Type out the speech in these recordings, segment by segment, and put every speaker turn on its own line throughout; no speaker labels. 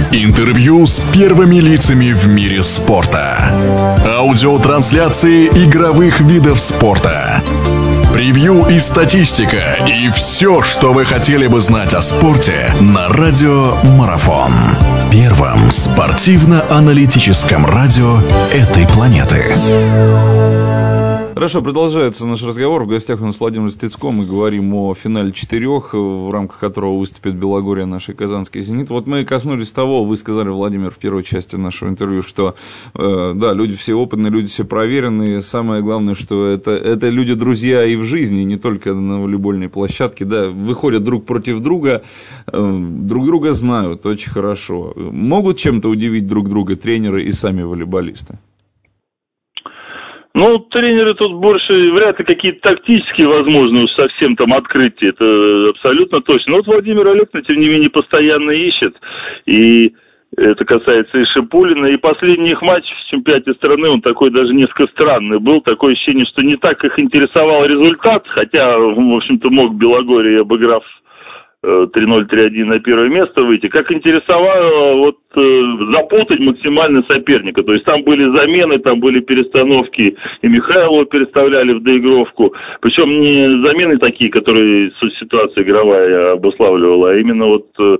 Интервью с первыми лицами в мире спорта. Аудиотрансляции игровых видов спорта. Превью и статистика. И все, что вы хотели бы знать о спорте на Радио Марафон. Первом спортивно-аналитическом радио этой планеты.
Хорошо, продолжается наш разговор. В гостях у нас Владимир Стецко. Мы говорим о финале 4, в рамках которого выступит Белогорье, наш казанский «Зенит». Вот мы коснулись того, вы сказали, Владимир, в первой части нашего интервью, что да, люди все опытные, люди все проверенные. Самое главное, что это люди друзья и в жизни, не только на волейбольной площадке. Да, выходят друг против друга, друг друга знают очень хорошо. Могут чем-то удивить друг друга тренеры и сами волейболисты?
Ну, тренеры тут больше вряд ли какие-то тактические, возможно, уж совсем там открытия, это абсолютно точно. Но вот Владимир Олегович, тем не менее, постоянно ищет, и это касается и Шипулина, и последний их матч в чемпионате страны, он такой даже несколько странный был, такое ощущение, что не так их интересовал результат, хотя, в общем-то, мог Белогорье, обыграв 3-0, 3-1 на первое место выйти, как интересовало запутать максимально соперника. То есть там были замены, там были перестановки, и Михайлова переставляли в доигровку. Причем не замены такие, которые ситуация игровая обуславливала, а именно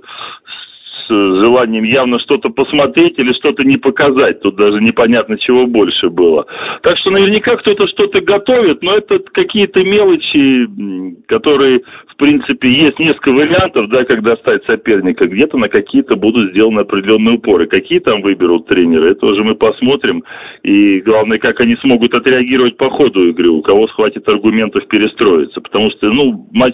с желанием явно что-то посмотреть или что-то не показать. Тут даже непонятно, чего больше было. Так что наверняка кто-то что-то готовит, но это какие-то мелочи, которые, в принципе, есть несколько вариантов, да, как достать соперника. Где-то на какие-то будут сделаны определенные упоры. Какие там выберут тренеры, это уже мы посмотрим. И главное, как они смогут отреагировать по ходу игры, у кого хватит аргументов перестроиться. Потому что, матч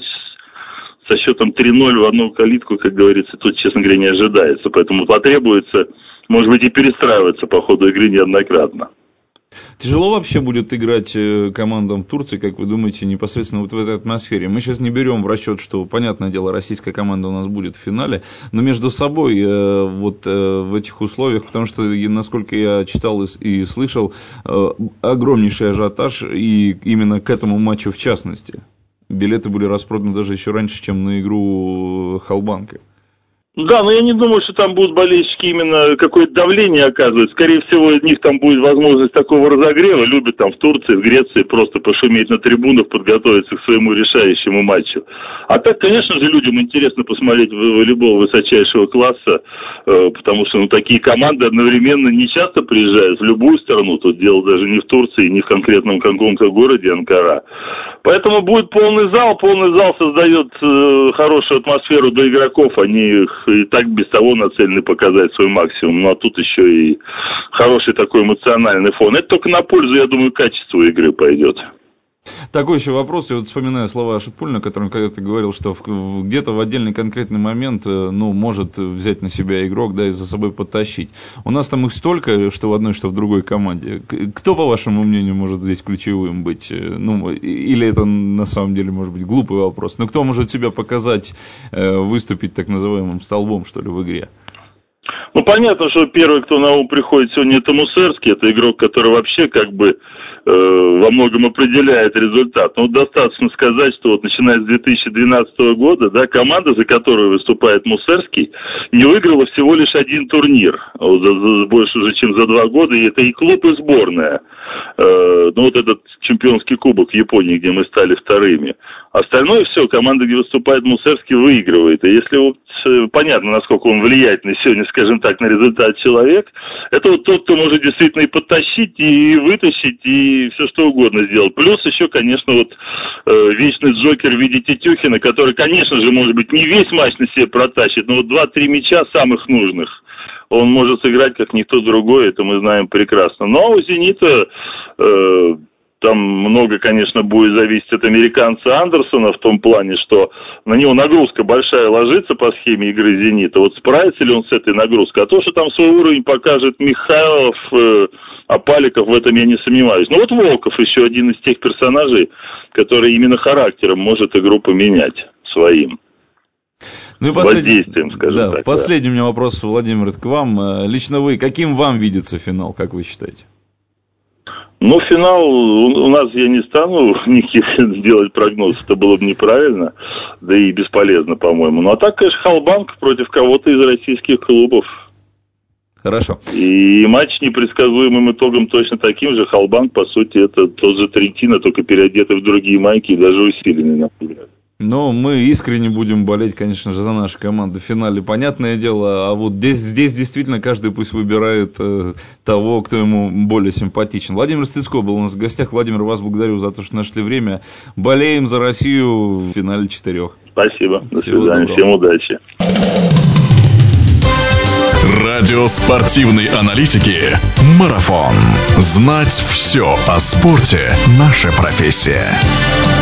со счетом 3-0 в одну калитку, как говорится, тут, честно говоря, не ожидается. Поэтому потребуется, может быть, и перестраиваться по ходу игры неоднократно.
Тяжело вообще будет играть командам Турции, как вы думаете, непосредственно вот в этой атмосфере? Мы сейчас не берем в расчет, что, понятное дело, российская команда у нас будет в финале, но между собой в этих условиях, потому что, насколько я читал и слышал, огромнейший ажиотаж и именно к этому матчу в частности. Билеты были распроданы даже еще раньше, чем на игру Халбанка.
Да, но я не думаю, что там будут болельщики именно какое-то давление оказывать. Скорее всего, из них там будет возможность такого разогрева. Любят там в Турции, в Греции просто пошуметь на трибунах, подготовиться к своему решающему матчу. А так, конечно же, людям интересно посмотреть волейбол высочайшего класса, потому что такие команды одновременно не часто приезжают в любую страну. Тут дело даже не в Турции, не в конкретном каком-то городе Анкара. Поэтому будет полный зал. Полный зал создает хорошую атмосферу для игроков. Они и так без того нацелены показать свой максимум. Ну а тут еще и хороший такой эмоциональный фон. Это только на пользу, я думаю, качеству игры пойдет.
Такой еще вопрос, я вот вспоминаю слова Шипулина, который когда-то говорил, что где-то в отдельный конкретный момент, может взять на себя игрок, да, и за собой подтащить. У нас там их столько, что в одной, что в другой команде. Кто, по вашему мнению, может здесь ключевым быть? Или это на самом деле может быть глупый вопрос, но кто может себя показать, выступить так называемым столбом, что ли, в игре?
Понятно, что первый, кто на ум приходит сегодня, это Мусерский, это игрок, который вообще во многом определяет результат. Достаточно сказать, что начиная с 2012 года, да, команда, за которую выступает Мусерский, не выиграла всего лишь один турнир, больше уже, чем за 2 года, и это и клуб, и сборная. Этот чемпионский кубок в Японии, где мы стали вторыми. Остальное все, команда, где выступает Мусерский, выигрывает. И если понятно, насколько он влиятельный сегодня, скажем так, на результат человек, это тот, кто может действительно и подтащить, и вытащить, и все что угодно сделать. Плюс еще, конечно, вечный джокер в виде Тетюхина, который, конечно же, может быть, не весь матч на себе протащит, но 2-3 мяча самых нужных он может сыграть, как никто другой, это мы знаем прекрасно. Но у «Зенита» там много, конечно, будет зависеть от американца Андерсона в том плане, что на него нагрузка большая ложится по схеме игры «Зенита». Справится ли он с этой нагрузкой? А то, что там свой уровень покажет Михайлов, а Паликов, в этом я не сомневаюсь. Волков еще один из тех персонажей, который именно характером может игру поменять своим. Воздействием, скажем так.
Последний у меня вопрос, Владимир, это к вам. Лично вы, каким вам видится финал, как вы считаете?
Финал у нас я не стану никаких делать прогнозов, это было бы неправильно, да и бесполезно, по-моему. А так, конечно, Халбанк против кого-то из российских клубов.
Хорошо.
И матч непредсказуемым итогом точно таким же. Халбанк, по сути, это тот же Трентино, только переодетый в другие майки и даже усиленный, на взгляд.
Но мы искренне будем болеть, конечно же, за нашу команду в финале, понятное дело. А вот здесь действительно каждый пусть выбирает того, кто ему более симпатичен. Владимир Стыцко был у нас в гостях. Владимир, вас благодарю за то, что нашли время. Болеем за Россию в финале 4.
Спасибо. До
Всего
свидания.
доброго.
Всем удачи.
Радио спортивной аналитики «Марафон». Знать все о спорте – наша профессия.